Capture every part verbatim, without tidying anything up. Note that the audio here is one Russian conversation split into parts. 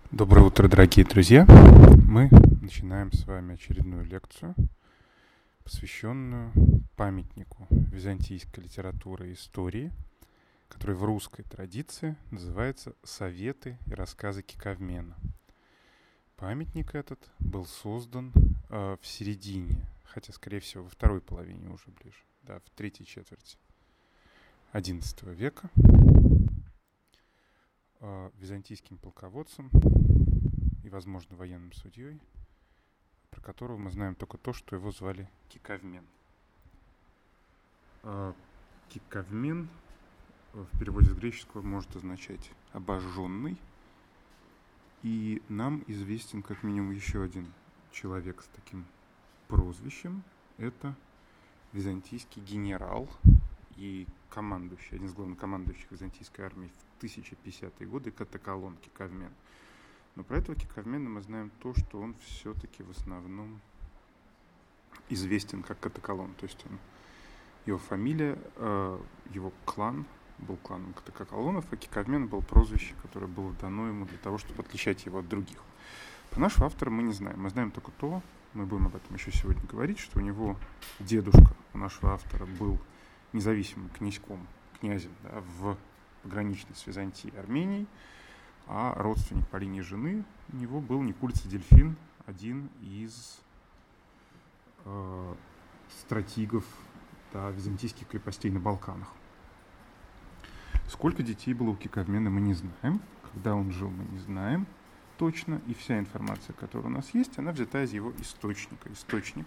Доброе утро, дорогие друзья! Мы начинаем с вами очередную лекцию, посвященную памятнику византийской литературы и истории, который в русской традиции называется «Советы и рассказы Кекавмена». Памятник этот был создан э, в середине, хотя, скорее всего, во второй половине уже ближе, да, в третьей четверти одиннадцатого века, э, византийским полководцем и, возможно, военным судьей, про которого мы знаем только то, что его звали Кекавмен. Кекавмен в переводе с греческого может означать «обожженный», и нам известен как минимум еще один человек с таким прозвищем. Это византийский генерал и командующий, один из главнокомандующих византийской армии в тысяча пятидесятые годы Катаколон Кекавмен. Но про этого Кекавмена мы знаем то, что он все-таки в основном известен как Катаколон. То есть он, его фамилия, его клан был кланом Катаколонов, а Кекавмен был прозвище, которое было дано ему для того, чтобы отличать его от других. Про нашего автора мы не знаем. Мы знаем только то, мы будем об этом еще сегодня говорить, что у него дедушка, у нашего автора, был независимым князьком, князем, да, в пограничной с Византией Арменией, а родственник по линии жены у него был Никулица Дельфин, один из э, стратегов, да, византийских крепостей на Балканах. Сколько детей было у Кекавмена, мы не знаем. Когда он жил, мы не знаем точно. И вся информация, которая у нас есть, она взята из его источника. Источник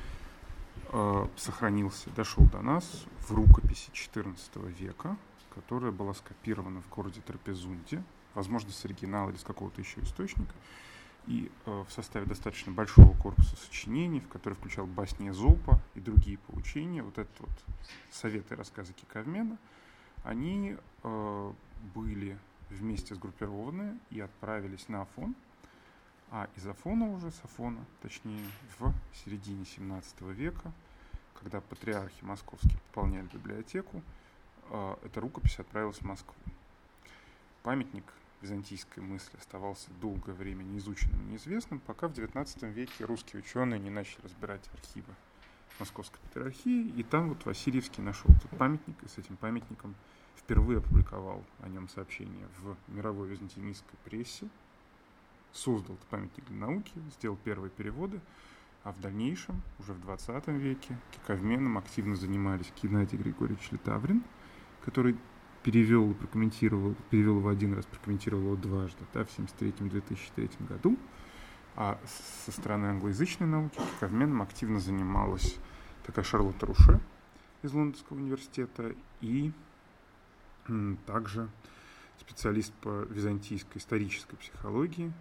э, сохранился, дошел до нас в рукописи четырнадцатого века, которая была скопирована в городе Трапезунде, возможно, с оригинала или с какого-то еще источника, и э, в составе достаточно большого корпуса сочинений, в который включал басни Эзопа и другие поучения, вот это вот советы и рассказы Кекавмена, они э, были вместе сгруппированы и отправились на Афон, а из Афона уже, с Афона, точнее, в середине семнадцатого века, когда патриархи московские пополняли библиотеку, э, эта рукопись отправилась в Москву. Памятник византийской мысли оставался долгое время неизученным и неизвестным, пока в девятнадцатом веке русские ученые не начали разбирать архивы Московской патриархии, и там вот Васильевский нашел этот памятник, и с этим памятником впервые опубликовал о нем сообщения в мировой византинистской прессе, создал этот памятник для науки, сделал первые переводы, а в дальнейшем, уже в двадцатом веке, Кекавменом активно занимались Геннадий Григорьевич Литаврин, который перевел и прокомментировал, перевел его один раз, прокомментировал его дважды, да, в семьдесят третьем — две тысячи третьем году. А со стороны англоязычной науки Кекавменом активно занималась такая Шарлотта Руше из Лондонского университета и м, также специалист по византийской исторической психологии,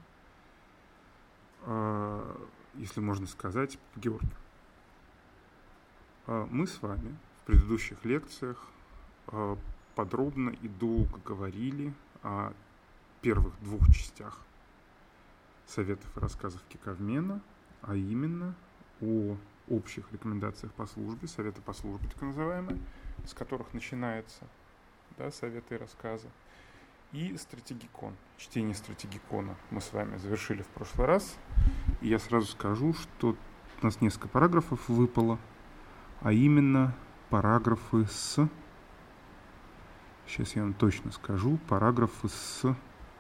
э, если можно сказать, Георгий. Э, мы с вами в предыдущих лекциях э, подробно и долго говорили о первых двух частях советов и рассказов Кекавмена, а именно о общих рекомендациях по службе, советы по службе, так называемые, с которых начинается, да, советы и рассказы, и стратегикон. Чтение стратегикона мы с вами завершили в прошлый раз, и я сразу скажу, что у нас несколько параграфов выпало, а именно параграфы с... Сейчас я вам точно скажу, параграфы с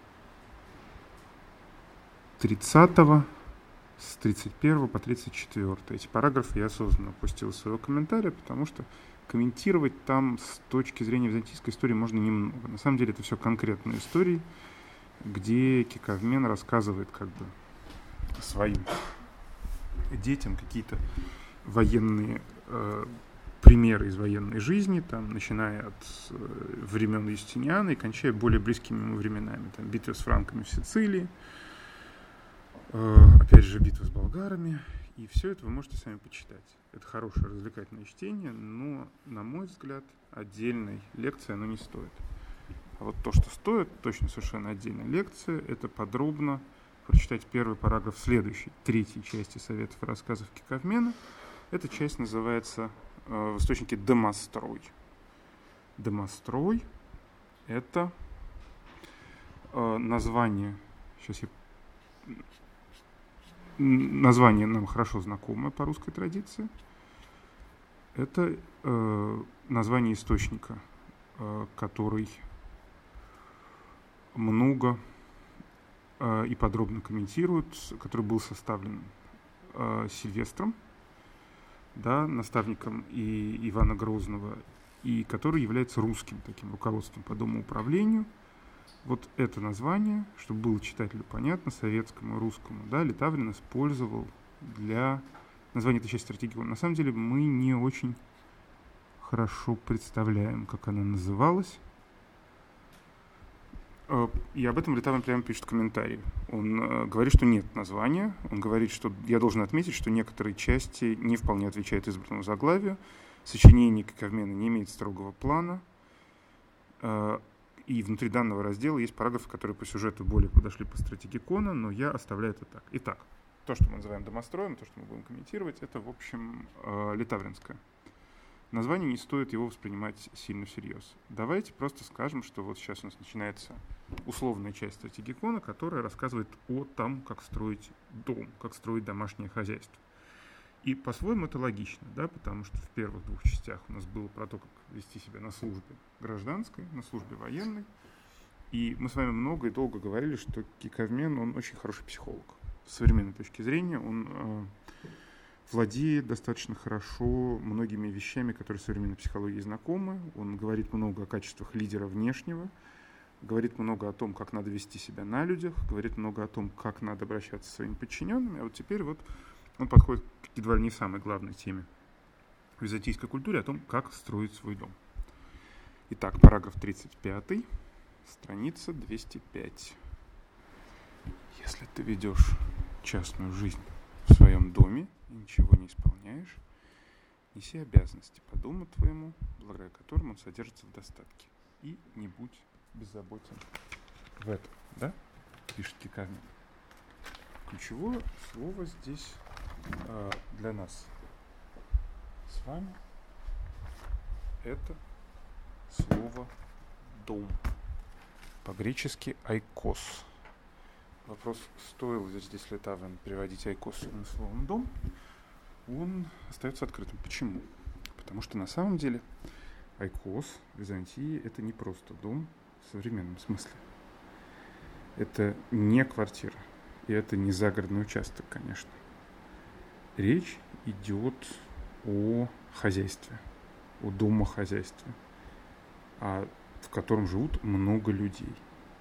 тридцатого, с тридцать первого по тридцать четвёртый. Эти параграфы я осознанно опустил из своего комментария, потому что комментировать там с точки зрения византийской истории можно немного. На самом деле это все конкретные истории, где Кекавмен рассказывает как бы своим детям какие-то военные э, примеры из военной жизни, там, начиная от э, времен Юстиниана и кончая более близкими ему временами. Там, битвы с франками в Сицилии, э, опять же, битвы с болгарами. И все это вы можете сами почитать. Это хорошее развлекательное чтение, но, на мой взгляд, отдельной лекции оно не стоит. А вот то, что стоит, точно совершенно отдельная лекция, это подробно прочитать первый параграф следующей, третьей части советов и рассказов Кекавмена. Эта часть называется в источнике «Домострой». Домострой — это э, название, сейчас я название нам хорошо знакомое по русской традиции. Это э, название источника, э, который много э, и подробно комментирует, который был составлен э, Сильвестром, да, наставником и Ивана Грозного, и который является русским таким руководством по домоуправлению. Вот это название, чтобы было читателю понятно, советскому и русскому, да, Литаврин использовал для названия этой части стратегии. На самом деле мы не очень хорошо представляем, как она называлась. И об этом Литаврин прямо пишет комментарий. Он говорит, что нет названия. Он говорит, что я должен отметить, что некоторые части не вполне отвечают избранному заглавию. Сочинение Киковмена не имеет строгого плана. И внутри данного раздела есть параграфы, которые по сюжету более подошли по стратегикона, но я оставляю это так. Итак, то, что мы называем домостроем, то, что мы будем комментировать, это, в общем, литавринское. Название не стоит его воспринимать сильно всерьез. Давайте просто скажем, что вот сейчас у нас начинается условная часть стратегикона, которая рассказывает о том, как строить дом, как строить домашнее хозяйство. И по-своему это логично, да, потому что в первых двух частях у нас было про то, как вести себя на службе гражданской, на службе военной. И мы с вами много и долго говорили, что Киковмен, он очень хороший психолог. С современной точки зрения он э, владеет достаточно хорошо многими вещами, которые современной психологии знакомы. Он говорит много о качествах лидера внешнего, говорит много о том, как надо вести себя на людях, говорит много о том, как надо обращаться со своими подчиненными. А вот теперь вот он подходит к едва ли не самой главной теме в византийской культуре, о том, как строить свой дом. Итак, параграф тридцать пятый, страница двести пять. Если ты ведешь частную жизнь в своем доме и ничего не исполняешь, неси обязанности по дому твоему, благодаря которым он содержится в достатке. И не будь беззаботен в этом, да? Пишет Киковмен. Ключевое слово здесь э, для нас с вами это слово «дом». По-гречески «айкос». Вопрос, стоило ли здесь Литаврин переводить «айкос» словом «дом», он остается открытым. Почему? Потому что на самом деле айкос в Византии — это не просто дом в современном смысле. Это не квартира, и это не загородный участок, конечно. Речь идет о хозяйстве, о домохозяйстве, а в котором живут много людей.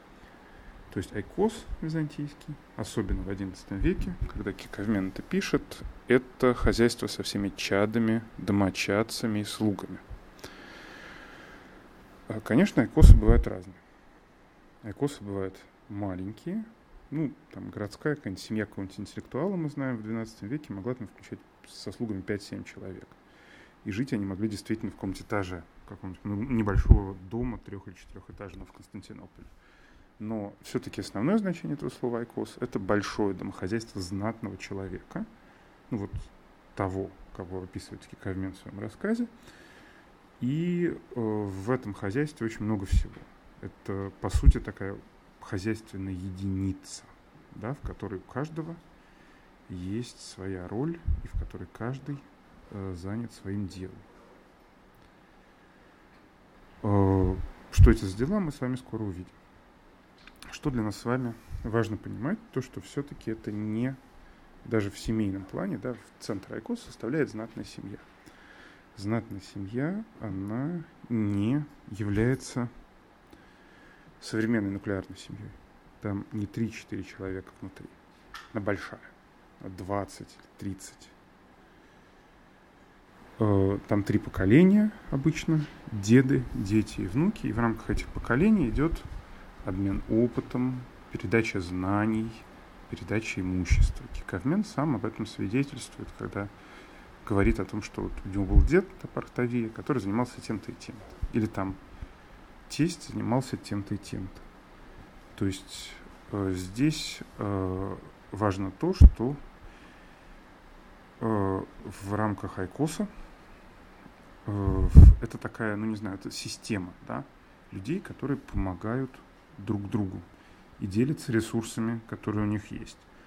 То есть айкос византийский, особенно в одиннадцатом веке, когда Киковмен это пишет, это хозяйство со всеми чадами, домочадцами и слугами. Конечно, айкосы бывают разные. Айкосы бывают маленькие. Ну, там городская какая-нибудь семья какого-нибудь интеллектуала, мы знаем, в двенадцатом веке могла там включать со слугами пять-семь человек. И жить они могли действительно в каком-то этаже, какого-нибудь ну, небольшого дома, трех- или четырехэтажного в Константинополе. Но все-таки основное значение этого слова айкос — это большое домохозяйство знатного человека, ну вот того, кого описывает Киковмен в своем рассказе. И э, в этом хозяйстве очень много всего. Это, по сути, такая хозяйственная единица, да, в которой у каждого есть своя роль, и в которой каждый э, занят своим делом. Э, что это за дела, мы с вами скоро увидим. Что для нас с вами важно понимать, то, что все-таки это не, даже в семейном плане, да, в центре айкос составляет знатная семья. Знатная семья, она не является современной нуклеарной семьей. Там не три-четыре человека внутри. Она большая. двадцать, тридцать. Там три поколения обычно. Деды, дети и внуки. И в рамках этих поколений идет обмен опытом, передача знаний, передача имущества. Киковмен сам об этом свидетельствует, когда говорит о том, что вот у него был дед Парктавия, который занимался тем-то и тем-то. Или там тесть занимался тем-то и тем-то. То есть э, здесь э, важно то, что э, в рамках айкоса э, это такая, ну не знаю, это система, да, людей, которые помогают друг другу и делятся ресурсами, которые у них есть.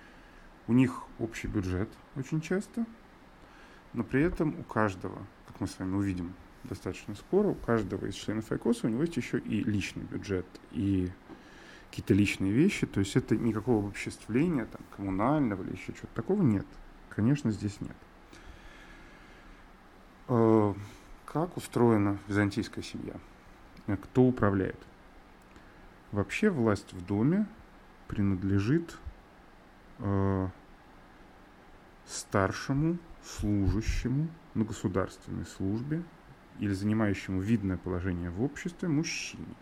У них общий бюджет очень часто, но при этом у каждого, как мы с вами увидим достаточно скоро, у каждого из членов айкоса у него есть еще и личный бюджет, и какие-то личные вещи, то есть это никакого обобществления, там, коммунального или еще чего-то такого нет. Конечно, здесь нет. Как устроена византийская семья? Кто управляет? Вообще власть в доме принадлежит э, старшему служащему на государственной службе или занимающему видное положение в обществе мужчине.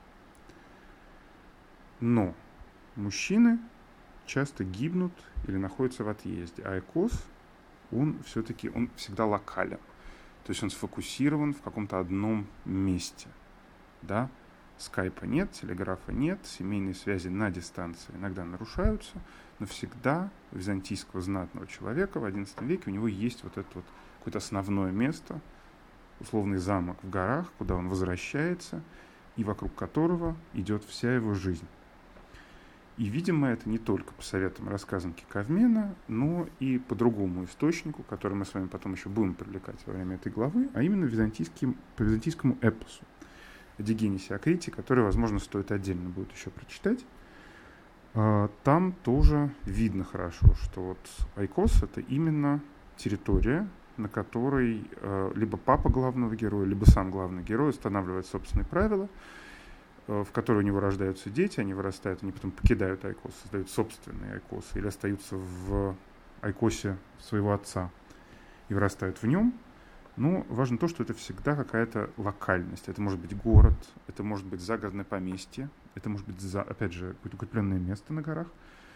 Но мужчины часто гибнут или находятся в отъезде, а айкос, он все-таки, он всегда локален. То есть он сфокусирован в каком-то одном месте. Да? Скайпа нет, телеграфа нет, семейные связи на дистанции иногда нарушаются, но всегда у византийского знатного человека в одиннадцатом веке у него есть вот это вот какое-то основное место, условный замок в горах, куда он возвращается, и вокруг которого идет вся его жизнь. И, видимо, это не только по советам и рассказам Кикавмена, но и по другому источнику, который мы с вами потом еще будем привлекать во время этой главы, а именно византийским, по византийскому эпосу о Дигенисе о Крите, который, возможно, стоит отдельно будет еще прочитать. Там тоже видно хорошо, что вот айкос — это именно территория, на которой либо папа главного героя, либо сам главный герой устанавливает собственные правила, в которой у него рождаются дети, они вырастают, они потом покидают айкос, создают собственные айкосы или остаются в айкосе своего отца и вырастают в нем. Но важно то, что это всегда какая-то локальность. Это может быть город, это может быть загородное поместье, это может быть, опять же, какое-то укрепленное место на горах.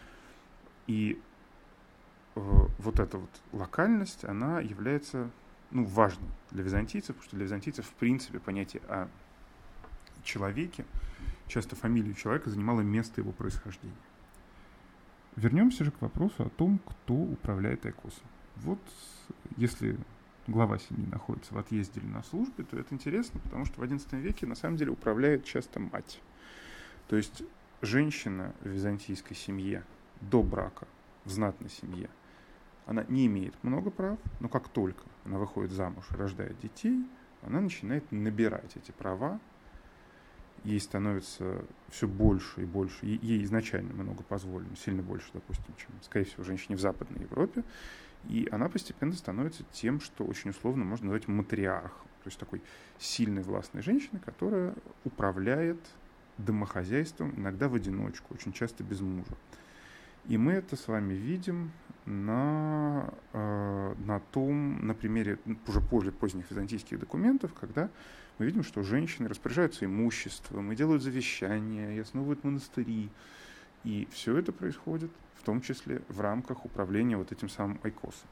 И э, вот эта вот локальность, она является ну, важной для византийцев, потому что для византийцев, в принципе, понятие о человеке, часто фамилию человека занимало место его происхождения. Вернемся же к вопросу о том, кто управляет айкосом. Вот если глава семьи находится в отъезде или на службе, то это интересно, потому что в одиннадцатом веке на самом деле управляет часто мать. То есть женщина в византийской семье до брака, в знатной семье, она не имеет много прав, но как только она выходит замуж и рождает детей, она начинает набирать эти права, ей становится все больше и больше, ей изначально много позволено, сильно больше, допустим, чем, скорее всего, женщине в Западной Европе, и она постепенно становится тем, что очень условно можно назвать матриархом, то есть такой сильной властной женщиной, которая управляет домохозяйством, иногда в одиночку, очень часто без мужа. И мы это с вами видим на, э, на том, на примере уже после поздних византийских документов, когда мы видим, что женщины распоряжаются имуществом и делают завещания, и основывают монастыри. И все это происходит в том числе в рамках управления вот этим самым айкосом.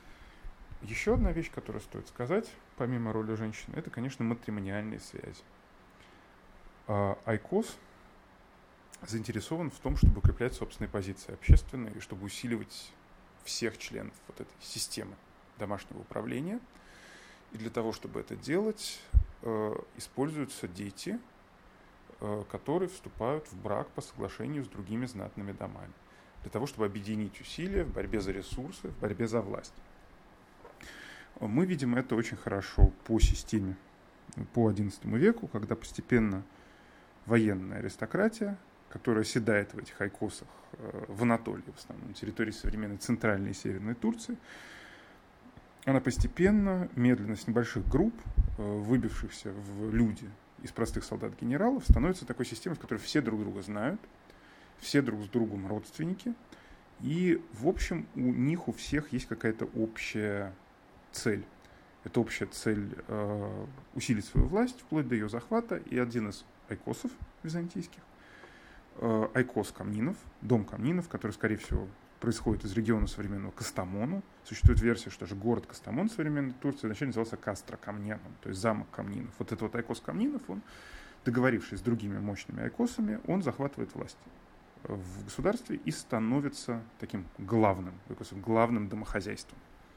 Еще одна вещь, которую стоит сказать, помимо роли женщины, это, конечно, матримониальные связи. Айкос заинтересован в том, чтобы укреплять собственные позиции общественные и чтобы усиливать всех членов вот этой системы домашнего управления. И для того, чтобы это делать, э, используются дети, э, которые вступают в брак по соглашению с другими знатными домами, для того, чтобы объединить усилия в борьбе за ресурсы, в борьбе за власть. Мы видим это очень хорошо по системе, по одиннадцатому веку, когда постепенно военная аристократия, которая оседает в этих айкосах в Анатолии, в основном, территории современной Центральной и Северной Турции, она постепенно, медленно, с небольших групп, выбившихся в люди из простых солдат-генералов, становится такой системой, в которой все друг друга знают, все друг с другом родственники, и, в общем, у них у всех есть какая-то общая цель. Это общая цель э, усилить свою власть, вплоть до ее захвата, и один из айкосов византийских, э, айкос Комнинов, дом Комнинов, который, скорее всего, происходит из региона современного Кастамону. Существует версия, что же город Кастамон в современной Турции вначале назывался Кастро Комненом, то есть замок Комнинов. Вот этот вот айкос Комнинов, он, договорившись с другими мощными айкосами, он захватывает власть в государстве и становится таким главным, главным домохозяйством.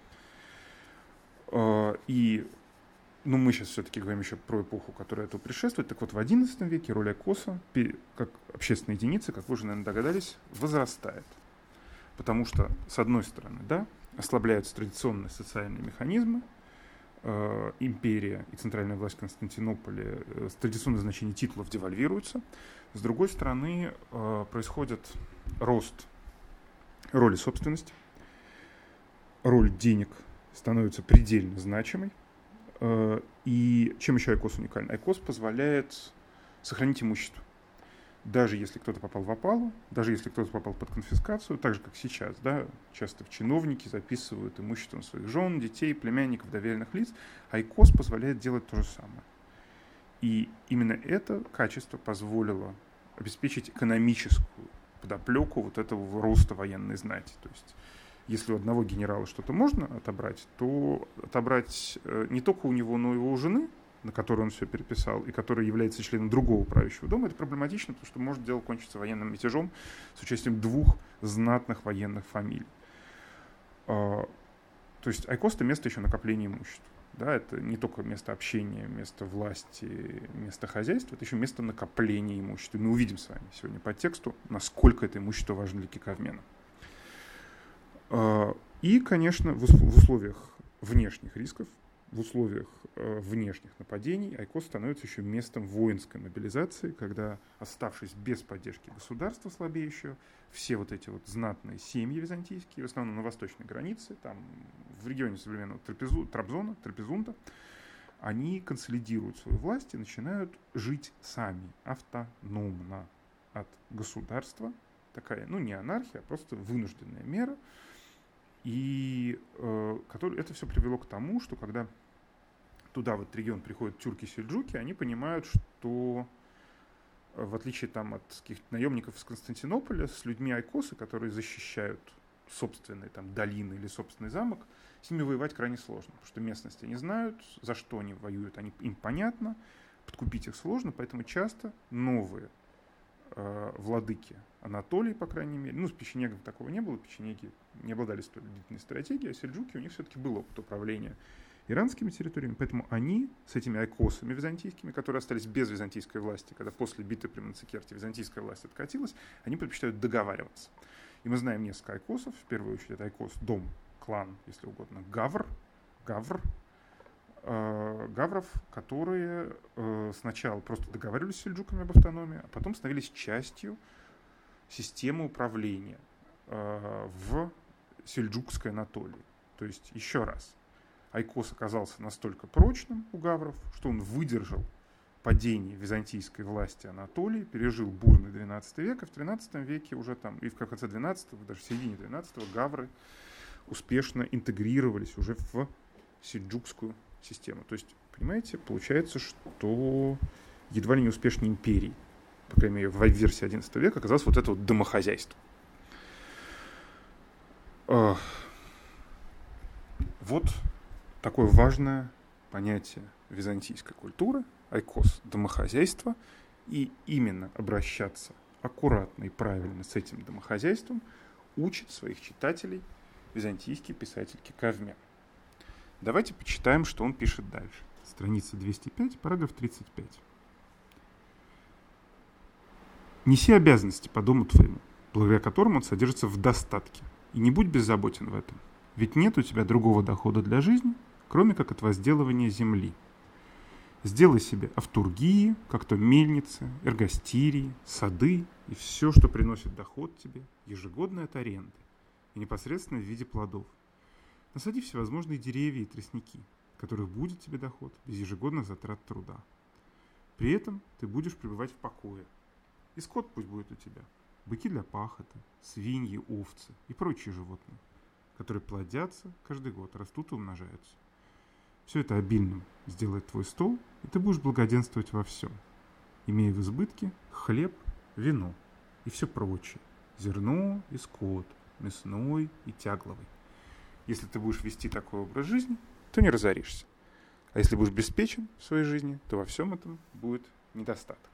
И ну, мы сейчас все-таки говорим еще про эпоху, которая этому предшествует. Так вот, в одиннадцатом веке роль айкоса, как общественной единицы, как вы уже, наверное, догадались, возрастает. Потому что, с одной стороны, да, ослабляются традиционные социальные механизмы, э, империя и центральная власть Константинополя, э, традиционное значение титулов девальвируются. С другой стороны, э, происходит рост роли собственности, роль денег становится предельно значимой. Э, и чем еще айкос уникален? Айкос позволяет сохранить имущество. Даже если кто-то попал в опалу, даже если кто-то попал под конфискацию, так же, как сейчас, да, часто чиновники записывают имущество своих жен, детей, племянников, доверенных лиц, айкос позволяет делать то же самое. И именно это качество позволило обеспечить экономическую подоплеку вот этого роста военной знати. То есть, если у одного генерала что-то можно отобрать, то отобрать не только у него, но и у жены, на которую он все переписал, и который является членом другого правящего дома, это проблематично, потому что может дело кончиться военным мятежом с участием двух знатных военных фамилий. То есть айкос — это место еще накопления имущества. Да, это не только место общения, место власти, место хозяйства, это еще место накопления имущества. И мы увидим с вами сегодня по тексту, насколько это имущество важно для киковмена. И, конечно, в условиях внешних рисков, в условиях э, внешних нападений айкос становится еще местом воинской мобилизации, когда, оставшись без поддержки государства слабеющего, все вот эти вот знатные семьи византийские, в основном на восточной границе, там в регионе современного Трапезу, Трабзона, Трапезунта, они консолидируют свою власть и начинают жить сами, автономно от государства. Такая, ну, не анархия, а просто вынужденная мера. И э, который, это все привело к тому, что когда туда, в этот регион, приходят тюрки-сельджуки, они понимают, что в отличие там, от каких-то наемников из Константинополя, с людьми айкосы, которые защищают собственные там, долины или собственный замок, с ними воевать крайне сложно, потому что местности они знают, за что они воюют, они, им понятно, подкупить их сложно, поэтому часто новые э, владыки Анатолии, по крайней мере, ну, с печенегами такого не было, печенеги не обладали столь длительной стратегией, а сельджуки, у них все-таки был опыт управления иранскими территориями, поэтому они с этими айкосами византийскими, которые остались без византийской власти, когда после битвы при Манцикерте византийская власть откатилась, они предпочитают договариваться. И мы знаем несколько айкосов, в первую очередь это айкос, дом, клан, если угодно, Гавр, Гавр, э, Гавров, которые э, сначала просто договаривались с сельджуками об автономии, а потом становились частью системы управления э, в сельджукской Анатолии. То есть, еще раз, айкос оказался настолько прочным у гавров, что он выдержал падение византийской власти Анатолии, пережил бурный двенадцатый век, и в тринадцатом веке уже там, и в конце двенадцатого, даже в середине двенадцатого, гавры успешно интегрировались уже в сельджукскую систему. То есть, понимаете, получается, что едва ли не успешной империей, по крайней мере, в версии одиннадцатого века, оказалось вот это вот домохозяйство. Вот такое важное понятие византийской культуры, айкос, домохозяйство, и именно обращаться аккуратно и правильно с этим домохозяйством учит своих читателей византийский писатель Киковмен. Давайте почитаем, что он пишет дальше. Страница двести пять, параграф тридцать пять. «Неси обязанности по дому твоему, благодаря которым он содержится в достатке, и не будь беззаботен в этом, ведь нет у тебя другого дохода для жизни, кроме как от возделывания земли. Сделай себе автургии, как то мельницы, эргостирии, сады и все, что приносит доход тебе, ежегодно от аренды, и непосредственно в виде плодов. Насади всевозможные деревья и тростники, которых будет тебе доход без ежегодных затрат труда. При этом ты будешь пребывать в покое. И скот пусть будет у тебя, быки для пахоты, свиньи, овцы и прочие животные, которые плодятся каждый год, растут и умножаются. Все это обильным сделает твой стол, и ты будешь благоденствовать во всем, имея в избытке хлеб, вино и все прочее, зерно и скот, мясной и тягловый. Если ты будешь вести такой образ жизни, то не разоришься. А если будешь беспечен в своей жизни, то во всем этом будет недостаток.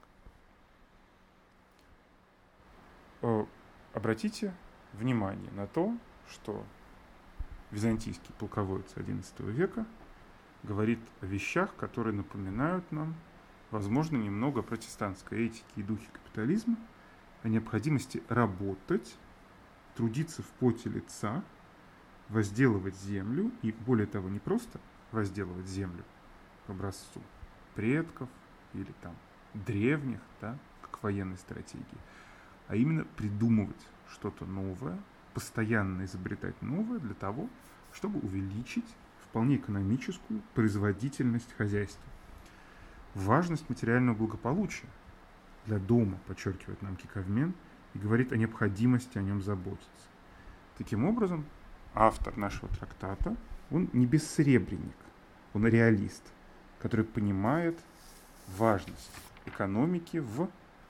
Обратите внимание на то, что византийский полководец одиннадцатого века говорит о вещах, которые напоминают нам, возможно, немного о протестантской этике и духе капитализма, о необходимости работать, трудиться в поте лица, возделывать землю, и более того, не просто возделывать землю по образцу предков или там древних, да, как военной стратегии, а именно придумывать что-то новое, постоянно изобретать новое для того, чтобы увеличить вполне экономическую производительность хозяйства. Важность материального благополучия для дома, подчеркивает нам Киковмен, и говорит о необходимости о нем заботиться. Таким образом, автор нашего трактата, он не бессребренник, он реалист, который понимает важность экономики в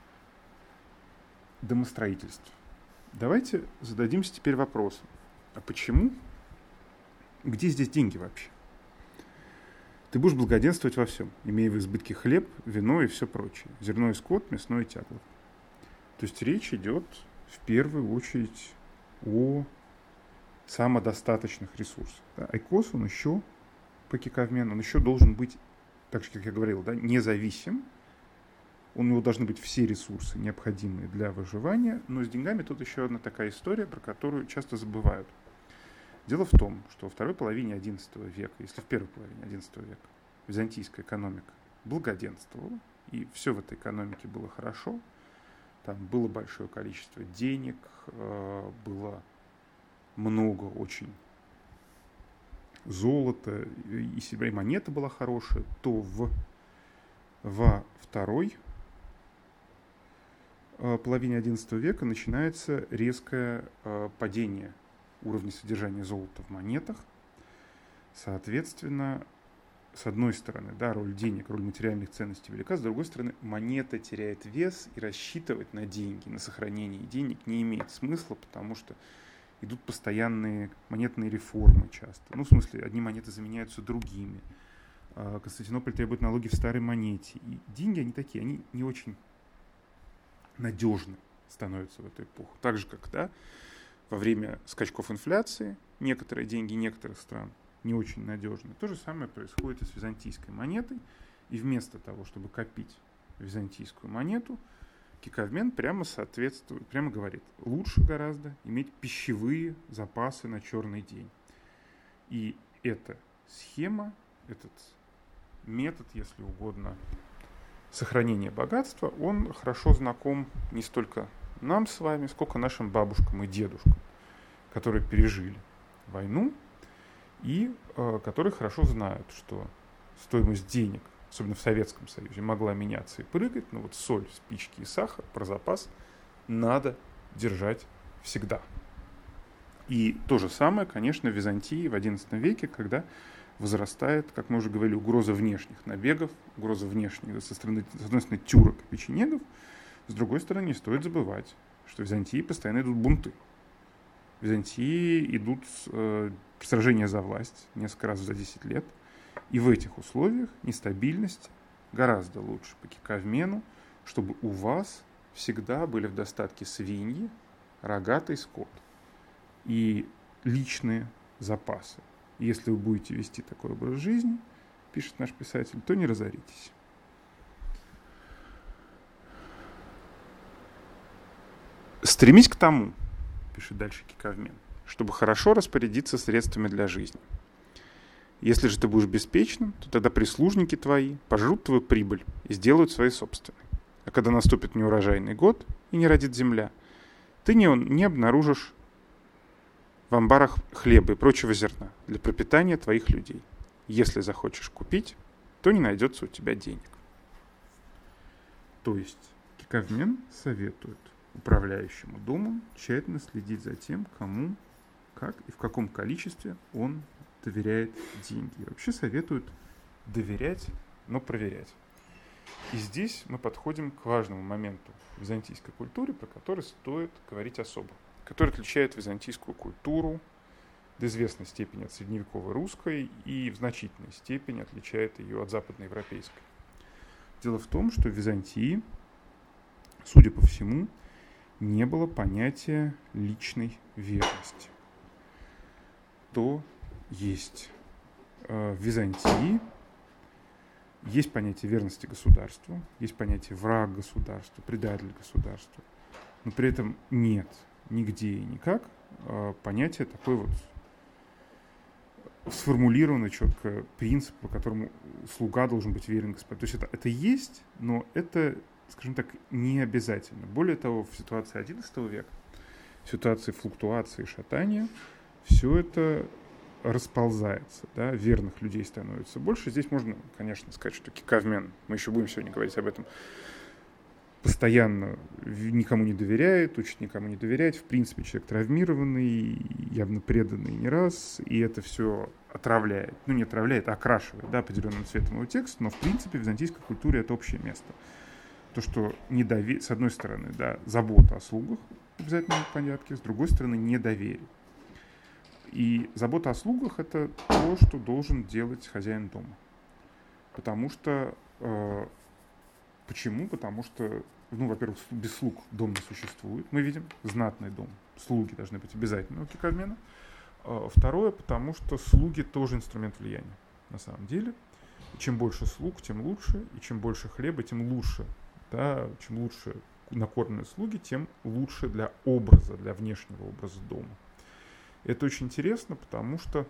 домостроительстве. Давайте зададимся теперь вопросом, а почему, где здесь деньги вообще? Ты будешь благоденствовать во всем, имея в избытке хлеб, вино и все прочее, зерно и скот, мясное и тягло. То есть речь идет в первую очередь о самодостаточных ресурсах. Да? Айкос, он еще, по Киковмену, он еще должен быть, так же, как я говорил, да, независим. У него должны быть все ресурсы, необходимые для выживания, но с деньгами тут еще одна такая история, про которую часто забывают. Дело в том, что во второй половине одиннадцатого века, если в первой половине одиннадцатого века, византийская экономика благоденствовала, и все в этой экономике было хорошо, там было большое количество денег, было много очень золота, и серебра, и монета была хорошая, то в, во второй половине одиннадцатого века начинается резкое падение уровня содержания золота в монетах. Соответственно, с одной стороны, да, роль денег, роль материальных ценностей велика, с другой стороны, монета теряет вес, и рассчитывать на деньги, на сохранение денег не имеет смысла, потому что идут постоянные монетные реформы часто. Ну, в смысле, одни монеты заменяются другими. Константинополь требует налоги в старой монете. И деньги, они такие, они не очень надежны становятся в эту эпоху. Так же, как, да, во время скачков инфляции некоторые деньги некоторых стран не очень надежны. То же самое происходит и с византийской монетой. И вместо того, чтобы копить византийскую монету, Киковмен прямо соответствует, прямо говорит, лучше гораздо иметь пищевые запасы на черный день. И эта схема, этот метод, если угодно, сохранения богатства, он хорошо знаком не столько нам с вами, сколько нашим бабушкам и дедушкам, которые пережили войну и э, которые хорошо знают, что стоимость денег, особенно в Советском Союзе, могла меняться и прыгать, но вот соль, спички и сахар, про запас надо держать всегда. И то же самое, конечно, в Византии в одиннадцатом веке, когда возрастает, как мы уже говорили, угроза внешних набегов, угроза внешних со стороны, с одной стороны, тюрок и печенегов, с другой стороны, не стоит забывать, что в Византии постоянно идут бунты. В Византии идут э, сражения за власть несколько раз за десять лет, и в этих условиях нестабильность гораздо лучше по Киковмену, чтобы у вас всегда были в достатке свиньи, рогатый скот и личные запасы. Если вы будете вести такой образ жизни, пишет наш писатель, то не разоритесь. Стремись к тому, пишет дальше Киковмен, чтобы хорошо распорядиться средствами для жизни. Если же ты будешь беспечным, то тогда прислужники твои пожрут твою прибыль и сделают свои собственные. А когда наступит неурожайный год и не родит земля, ты не, не обнаружишь в амбарах хлеба и прочего зерна для пропитания твоих людей. Если захочешь купить, то не найдется у тебя денег. То есть Киковмен советует управляющему домом тщательно следить за тем, кому, как и в каком количестве он доверяет деньги. И вообще советует доверять, но проверять. И здесь мы подходим к важному моменту в византийской культуре, про который стоит говорить особо, который отличает византийскую культуру до известной степени от средневековой русской и в значительной степени отличает ее от западноевропейской. Дело в том, что в Византии, судя по всему, не было понятия личной верности. То есть э, в Византии есть понятие верности государству, есть понятие враг государству, предатель государству, но при этом нет нигде и никак э, понятие такой вот сформулированный четко принцип, по которому слуга должен быть верен господину. То есть это, это есть, но это, скажем так, не обязательно. Более того, в ситуации одиннадцатого века, в ситуации флуктуации, шатания, все это расползается, да, верных людей становится больше. Здесь можно, конечно, сказать, что кикавмен, мы еще будем сегодня говорить об этом, постоянно никому не доверяет, учит никому не доверять. В принципе, человек травмированный, явно преданный не раз, и это все отравляет. Ну, не отравляет, а окрашивает, да, определенным цветом его текст, но, в принципе, в византийской культуре это общее место. То, что недовер... с одной стороны, да, забота о слугах в обязательном порядке, с другой стороны, недоверие. И забота о слугах — это то, что должен делать хозяин дома. Потому что... Э, почему? Потому что, ну, во-первых, без слуг дом не существует. Мы видим знатный дом. Слуги должны быть обязательно у кикавмена. Э, второе, потому что слуги тоже инструмент влияния. На самом деле. И чем больше слуг, тем лучше. И чем больше хлеба, тем лучше. Да? Чем лучше накормленные слуги, тем лучше для образа, для внешнего образа дома. Это очень интересно, потому что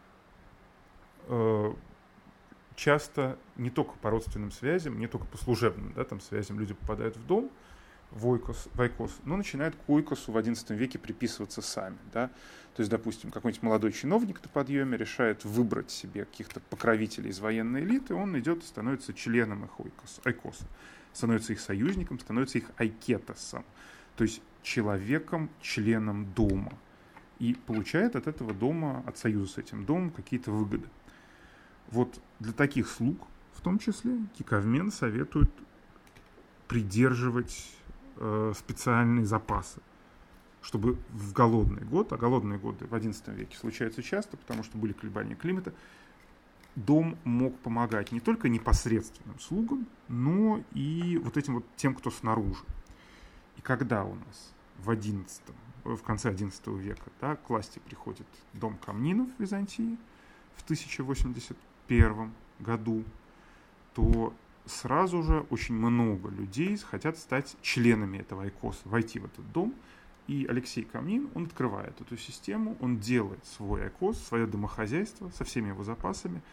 э, часто не только по родственным связям, не только по служебным, да, там, связям люди попадают в дом, в ойкос, в айкос, но начинают к ойкосу в одиннадцатом веке приписываться сами. Да? То есть, допустим, какой-нибудь молодой чиновник на подъеме решает выбрать себе каких-то покровителей из военной элиты, он идет и становится членом их ойкос, айкоса, становится их союзником, становится их айкетосом, то есть человеком, членом дома. И получает от этого дома, от союза с этим домом, какие-то выгоды. Вот для таких слуг, в том числе, кикавмен советует придерживать э, специальные запасы, чтобы в голодный год, а голодные годы в одиннадцатом веке случаются часто, потому что были колебания климата, дом мог помогать не только непосредственным слугам, но и вот этим вот тем, кто снаружи. И когда у нас в одиннадцатом в конце одиннадцатого века, да, к власти приходит дом Комнинов в Византии в тысяча восемьдесят первом году, то сразу же очень много людей хотят стать членами этого айкоса, войти в этот дом. И Алексей Комнин, он открывает эту систему, он делает свой айкос, свое домохозяйство со всеми его запасами.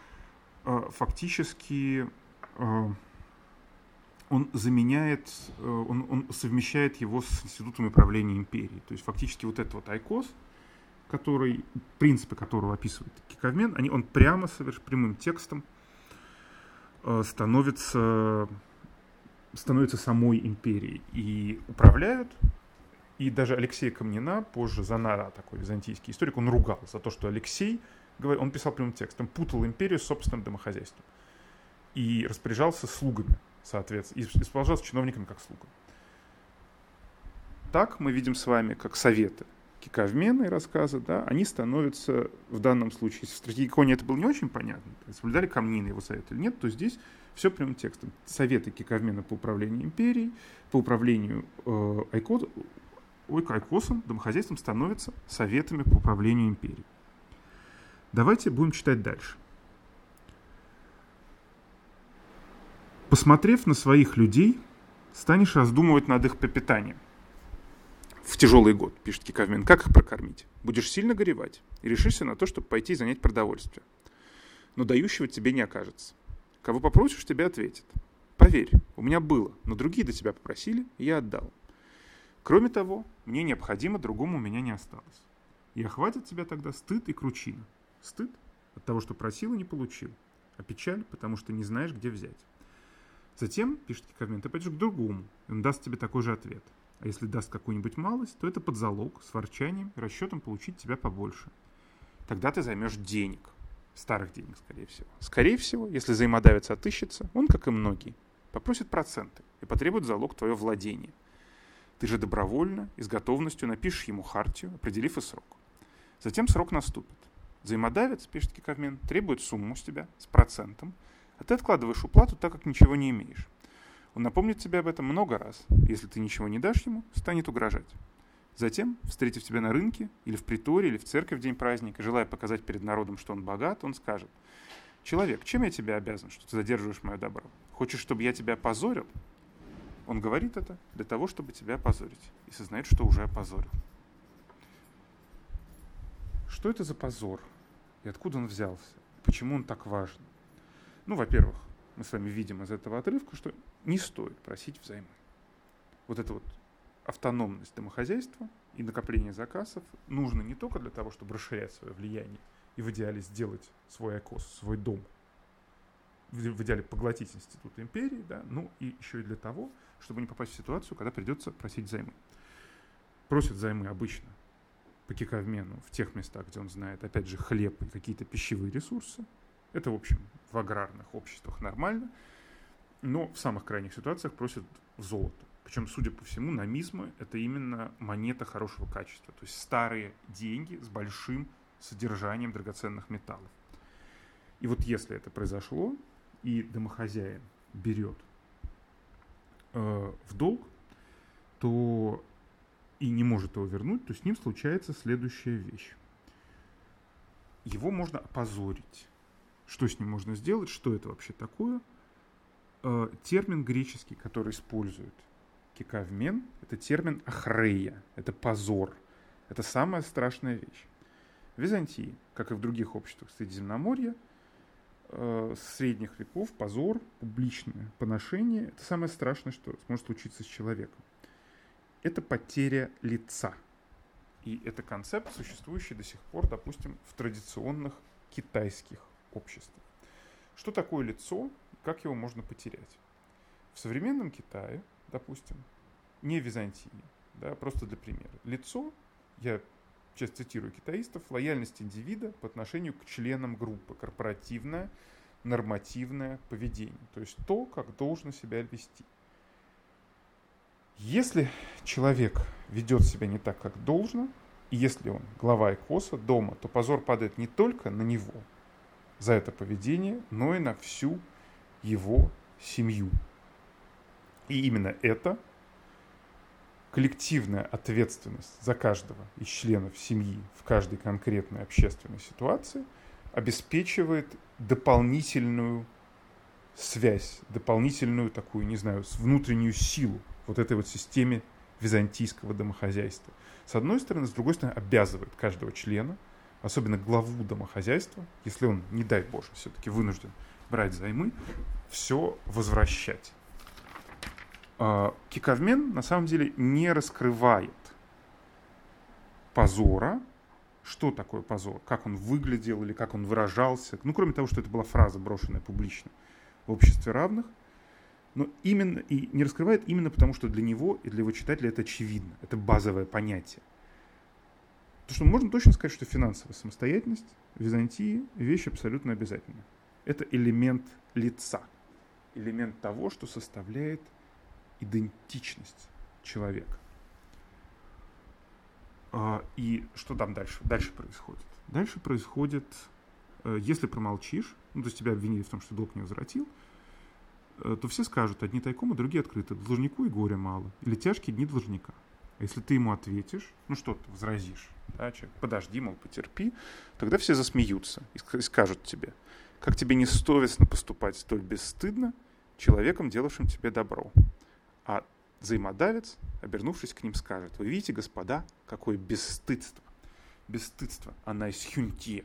Фактически он заменяет, он, он совмещает его с институтом управления империей. То есть фактически вот этот вот айкос, который, принципы которого описывает кикавмен, они, он прямо, соверш, прямым текстом становится, становится самой империей. И управляют, и даже Алексея Комнина, позже Занара, такой византийский историк, он ругал за то, что Алексей, он писал прямым текстом, путал империю с собственным домохозяйством. И распоряжался слугами, соответственно, и расположался чиновниками как слугами. Так мы видим с вами, как советы кикавмена и рассказы, да, они становятся в данном случае, если в стратегиконе это было не очень понятно, соблюдали Комнина его совет или нет, то здесь все прямым текстом. Советы кикавмена по управлению империей, по управлению э, айкос, айкосом, домохозяйством становятся советами по управлению империей. Давайте будем читать дальше. Посмотрев на своих людей, станешь раздумывать над их пропитанием. В тяжелый год, пишет кикавмен, как их прокормить? Будешь сильно горевать и решишься на то, чтобы пойти и занять продовольствие. Но дающего тебе не окажется. Кого попросишь, тебе ответит. Поверь, у меня было, но другие до тебя попросили, и я отдал. Кроме того, мне необходимо, другому у меня не осталось. И охватит тебя тогда стыд и кручина. Стыд от того, что просил и не получил, а печаль, потому что не знаешь, где взять. Затем, пишет кикавмен, ты пойдешь к другому, и он даст тебе такой же ответ. А если даст какую-нибудь малость, то это под залог, с ворчанием и расчетом получить тебя побольше. Тогда ты займешь денег. Старых денег, скорее всего. Скорее всего, если взаимодавец отыщется, он, как и многие, попросит проценты и потребует залог твое владение. Ты же добровольно и с готовностью напишешь ему хартию, определив и срок. Затем срок наступит. Взаимодавец, пишет кикавмен, требует сумму с тебя с процентом, а ты откладываешь уплату, так как ничего не имеешь. Он напомнит тебе об этом много раз. Если ты ничего не дашь ему, станет угрожать. Затем, встретив тебя на рынке, или в приторе, или в церкви в день праздника, желая показать перед народом, что он богат, он скажет: «Человек, чем я тебе обязан, что ты задерживаешь мое добро? Хочешь, чтобы я тебя опозорил?» Он говорит это для того, чтобы тебя опозорить, и сознает, что уже опозорил. что это за позор? И откуда он взялся? Почему он так важен? Ну, во-первых, мы с вами видим из этого отрывка, что не стоит просить взаймы. Вот эта вот автономность домохозяйства и накопление заказов нужно не только для того, чтобы расширять свое влияние и в идеале сделать свой айкос, свой дом, в идеале поглотить институт империи, да, ну и еще и для того, чтобы не попасть в ситуацию, когда придется просить взаймы. Просят взаймы обычно по киковмену в тех местах, где он знает, опять же, хлеб и какие-то пищевые ресурсы. Это, в общем, в аграрных обществах нормально, но в самых крайних ситуациях просят золото. Причем, судя по всему, намизмы — это именно монета хорошего качества, то есть старые деньги с большим содержанием драгоценных металлов. И вот если это произошло, и домохозяин берет э, в долг, то и не может его вернуть, то с ним случается следующая вещь. Его можно опозорить. Что с ним можно сделать? Что это вообще такое? Э, термин греческий, который использует киковмен, это термин ахрея, это позор. Это самая страшная вещь. В Византии, как и в других обществах Средиземноморья, э, с средних веков позор, публичное поношение — это самое страшное, что может случиться с человеком. Это потеря лица. И это концепт, существующий до сих пор, допустим, в традиционных китайских обществах. Что такое лицо, как его можно потерять? В современном Китае, допустим, не в Византии, да, просто для примера. Лицо, я сейчас цитирую китаистов, лояльность индивида по отношению к членам группы, корпоративное, нормативное поведение. То есть то, как должно себя вести. Если человек ведет себя не так, как должно, и если он глава айкоса дома, то позор падает не только на него за это поведение, но и на всю его семью. И именно это коллективная ответственность за каждого из членов семьи в каждой конкретной общественной ситуации обеспечивает дополнительную связь, дополнительную такую, не знаю, внутреннюю силу вот этой вот системе византийского домохозяйства. С одной стороны, с другой стороны, обязывает каждого члена, особенно главу домохозяйства, если он, не дай Боже, все-таки вынужден брать займы, все возвращать. Киковмен на самом деле не раскрывает позора. Что такое позор? Как он выглядел или как он выражался? Ну, кроме того, что это была фраза, брошенная публично в обществе равных. Но именно, и не раскрывает именно потому, что для него и для его читателя это очевидно. Это базовое понятие. Потому что можно точно сказать, что финансовая самостоятельность в Византии вещь абсолютно обязательная. Это элемент лица. Элемент того, что составляет идентичность человека. И что там дальше? Дальше происходит. Дальше происходит, если промолчишь, ну, то есть тебя обвинили в том, что долг не возвратил, то все скажут, одни тайком, а другие открыто. Должнику и горя мало. Или тяжкие дни должника. А если ты ему ответишь, ну что ты возразишь, да, человек, подожди, мол, потерпи, тогда все засмеются и скажут тебе, как тебе не совестно поступать столь бесстыдно человеком, делавшим тебе добро. А взаимодавец, обернувшись к ним, скажет, вы видите, господа, какое бесстыдство. Бесстыдство, она из хюнтье.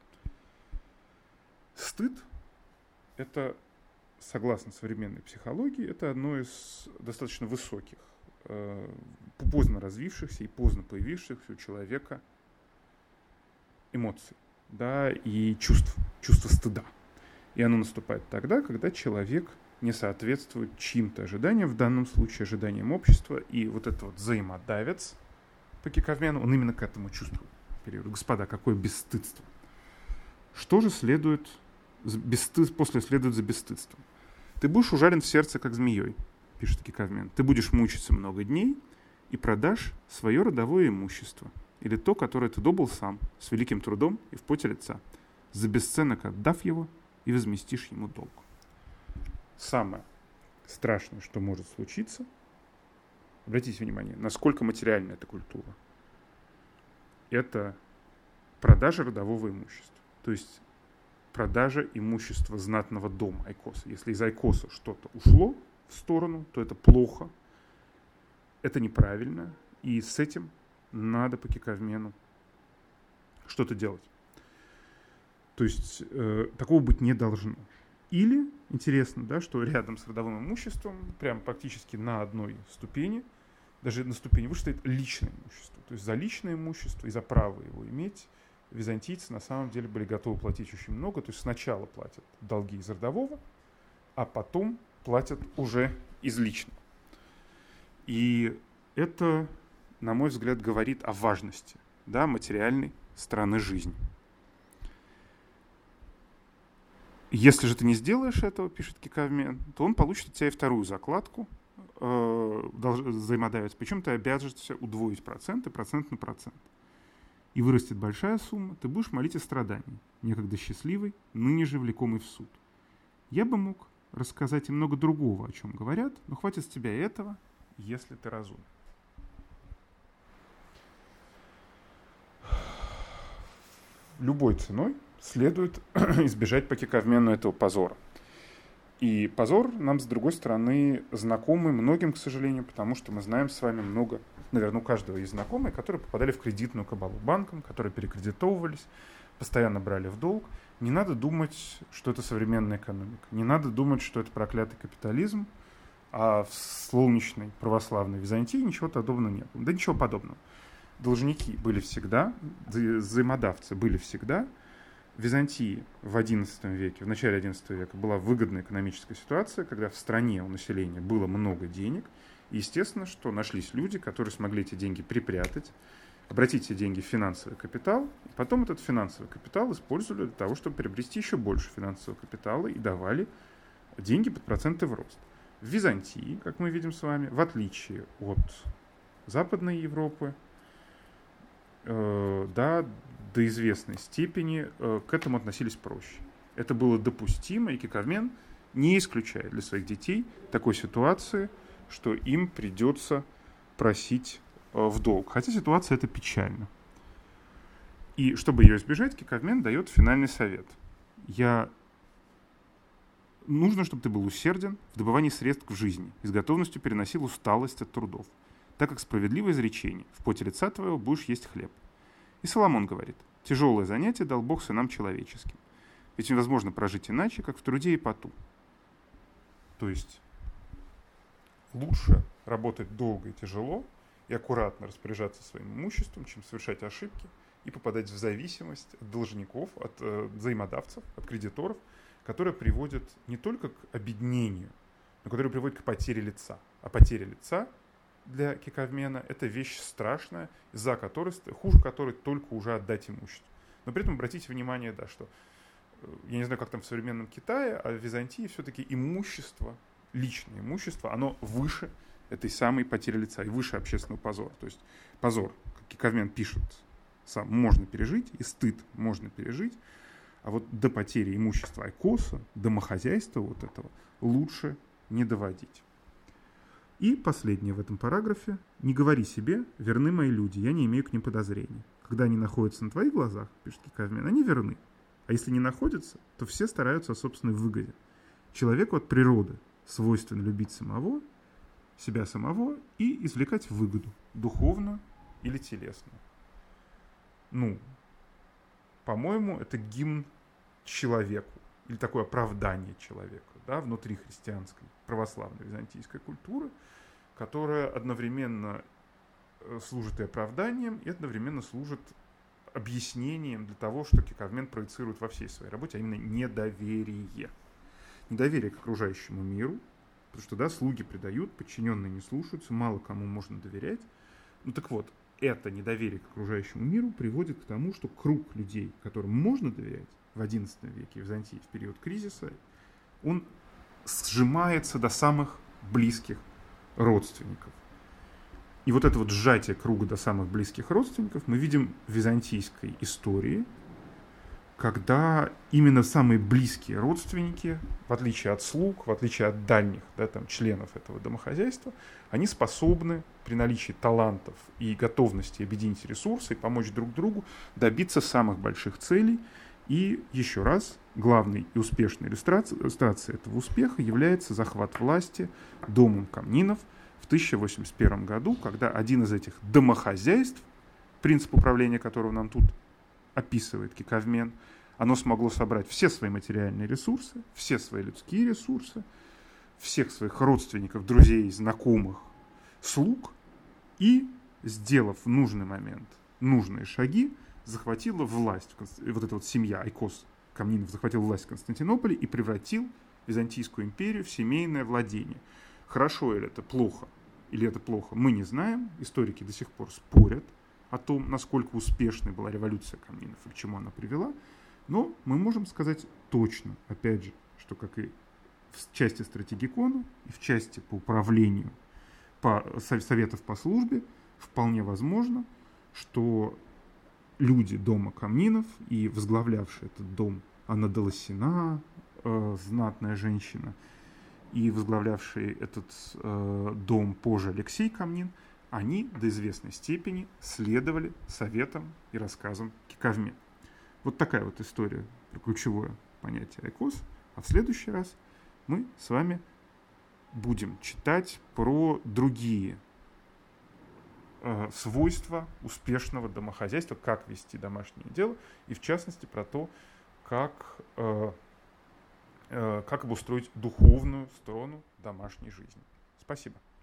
Стыд — это, согласно современной психологии, это одно из достаточно высоких, э, поздно развившихся и поздно появившихся у человека эмоций, да, и чувств, чувство стыда. И оно наступает тогда, когда человек не соответствует чьим-то ожиданиям, в данном случае ожиданиям общества, и вот этот вот взаимодавец по киковмену, он именно к этому чувствует. Господа, какое бесстыдство. Что же следует, бесстыд, после следует за бесстыдством? Ты будешь ужален в сердце, как змеей, пишет киковмен. Ты будешь мучиться много дней и продашь свое родовое имущество, или то, которое ты добыл сам, с великим трудом и в поте лица, за бесценок отдав его, и возместишь ему долг. Самое страшное, что может случиться, обратите внимание, насколько материальна эта культура. Это продажа родового имущества. То есть продажа имущества знатного дома айкоса. Если из айкоса что-то ушло в сторону, то это плохо, это неправильно, и с этим надо по киковмену что-то делать. То есть э, такого быть не должно. Или, интересно, да, что рядом с родовым имуществом, прям практически на одной ступени, даже на ступени выше стоит личное имущество. То есть за личное имущество и за право его иметь византийцы на самом деле были готовы платить очень много. То есть сначала платят долги из родового, а потом платят уже из личного. И это, на мой взгляд, говорит о важности, да, материальной стороны жизни. Если же ты не сделаешь этого, пишет Кекавмен, то он получит от тебя и вторую закладку э, взаимодавец. Причем ты обяжешься удвоить проценты, процент на процент. И вырастет большая сумма, ты будешь молить о страдании, некогда счастливый, ныне же влекомый в суд. Я бы мог рассказать и много другого, о чем говорят, но хватит с тебя и этого, если ты разумен. Любой ценой следует избежать по Кекавмену этого позора. И позор нам, с другой стороны, знакомый многим, к сожалению, потому что мы знаем с вами много, наверное, у каждого есть знакомые, которые попадали в кредитную кабалу банкам, которые перекредитовывались, постоянно брали в долг. Не надо думать, что это современная экономика. Не надо думать, что это проклятый капитализм, а в солнечной православной Византии ничего подобного не было. Да ничего подобного. Должники были всегда, взаимодавцы были всегда. В Византии в одиннадцатом веке, в начале одиннадцатого века была выгодная экономическая ситуация, когда в стране у населения было много денег. И естественно, что нашлись люди, которые смогли эти деньги припрятать, обратить эти деньги в финансовый капитал, и потом этот финансовый капитал использовали для того, чтобы приобрести еще больше финансового капитала и давали деньги под проценты в рост. В Византии, как мы видим с вами, в отличие от Западной Европы, э, да, до известной степени э, к этому относились проще. Это было допустимо, и Кекавмен не исключает для своих детей такой ситуации, что им придется просить э, в долг. Хотя ситуация эта печальна. И чтобы ее избежать, Кекавмен дает финальный совет. Я... Нужно, чтобы ты был усерден в добывании средств в жизни и с готовностью переносил усталость от трудов, так как справедливое изречение «в поте лица твоего будешь есть хлеб». И Соломон говорит: «Тяжелое занятие дал Бог сынам человеческим, ведь невозможно прожить иначе, как в труде и поту». То есть лучше работать долго и тяжело и аккуратно распоряжаться своим имуществом, чем совершать ошибки и попадать в зависимость от должников, от э, взаимодавцев, от кредиторов, которые приводят не только к обеднению, но которые приводят к потере лица. А потеря лица для Кекавмена – это вещь страшная, за которой, хуже которой только уже отдать имущество. Но при этом обратите внимание, да, что, я не знаю, как там в современном Китае, а в Византии все-таки имущество, личное имущество, оно выше этой самой потери лица и выше общественного позора. То есть позор, как Кекавмен пишет сам, можно пережить, и стыд можно пережить, а вот до потери имущества айкоса, домохозяйства вот этого лучше не доводить. И последнее в этом параграфе. «Не говори себе, верны мои люди, я не имею к ним подозрений. Когда они находятся на твоих глазах, пишет Кекавмен, они верны. А если не находятся, то все стараются о собственной выгоде. Человеку от природы свойственно любить самого, себя самого и извлекать выгоду, духовную или телесную». Ну, по-моему, это гимн человеку, или такое оправдание человека, да, внутри христианской, православной, византийской культуры, которая одновременно служит и оправданием, и одновременно служит объяснением для того, что Кекавмен проецирует во всей своей работе, а именно недоверие. Недоверие к окружающему миру, потому что, да, слуги предают, подчиненные не слушаются, мало кому можно доверять. Ну так вот, это недоверие к окружающему миру приводит к тому, что круг людей, которым можно доверять в одиннадцатом веке в Византии в период кризиса, он сжимается до самых близких родственников. И вот это вот сжатие круга до самых близких родственников мы видим в византийской истории, когда именно самые близкие родственники, в отличие от слуг, в отличие от дальних, да, там, членов этого домохозяйства, они способны при наличии талантов и готовности объединить ресурсы и помочь друг другу добиться самых больших целей. И еще раз, главной и успешной иллюстрацией, иллюстрацией этого успеха является захват власти домом Комнинов в тысяча восемьдесят первом году, когда один из этих домохозяйств, принцип управления которого нам тут описывает Кекавмен, оно смогло собрать все свои материальные ресурсы, все свои людские ресурсы, всех своих родственников, друзей, знакомых, слуг и, сделав в нужный момент нужные шаги, захватила власть, вот эта вот семья Айкос Комнинов захватила власть в Константинополе и превратил Византийскую империю в семейное владение. Хорошо или это плохо, или это плохо, мы не знаем. Историки до сих пор спорят о том, насколько успешной была революция Комнинов и к чему она привела. Но мы можем сказать точно, опять же, что как и в части стратегикона, и в части по управлению по, советов по службе, вполне возможно, что люди дома Комнинов и возглавлявшие этот дом Анна де Лассина, э, знатная женщина, и возглавлявший этот э, дом позже Алексей Комнин, они до известной степени следовали советам и рассказам Кекавмен. Вот такая вот история про ключевое понятие Айкос. А в следующий раз мы с вами будем читать про другие э, свойства успешного домохозяйства, как вести домашнее дело, и в частности про то, как, э, э, как обустроить духовную сторону домашней жизни. Спасибо.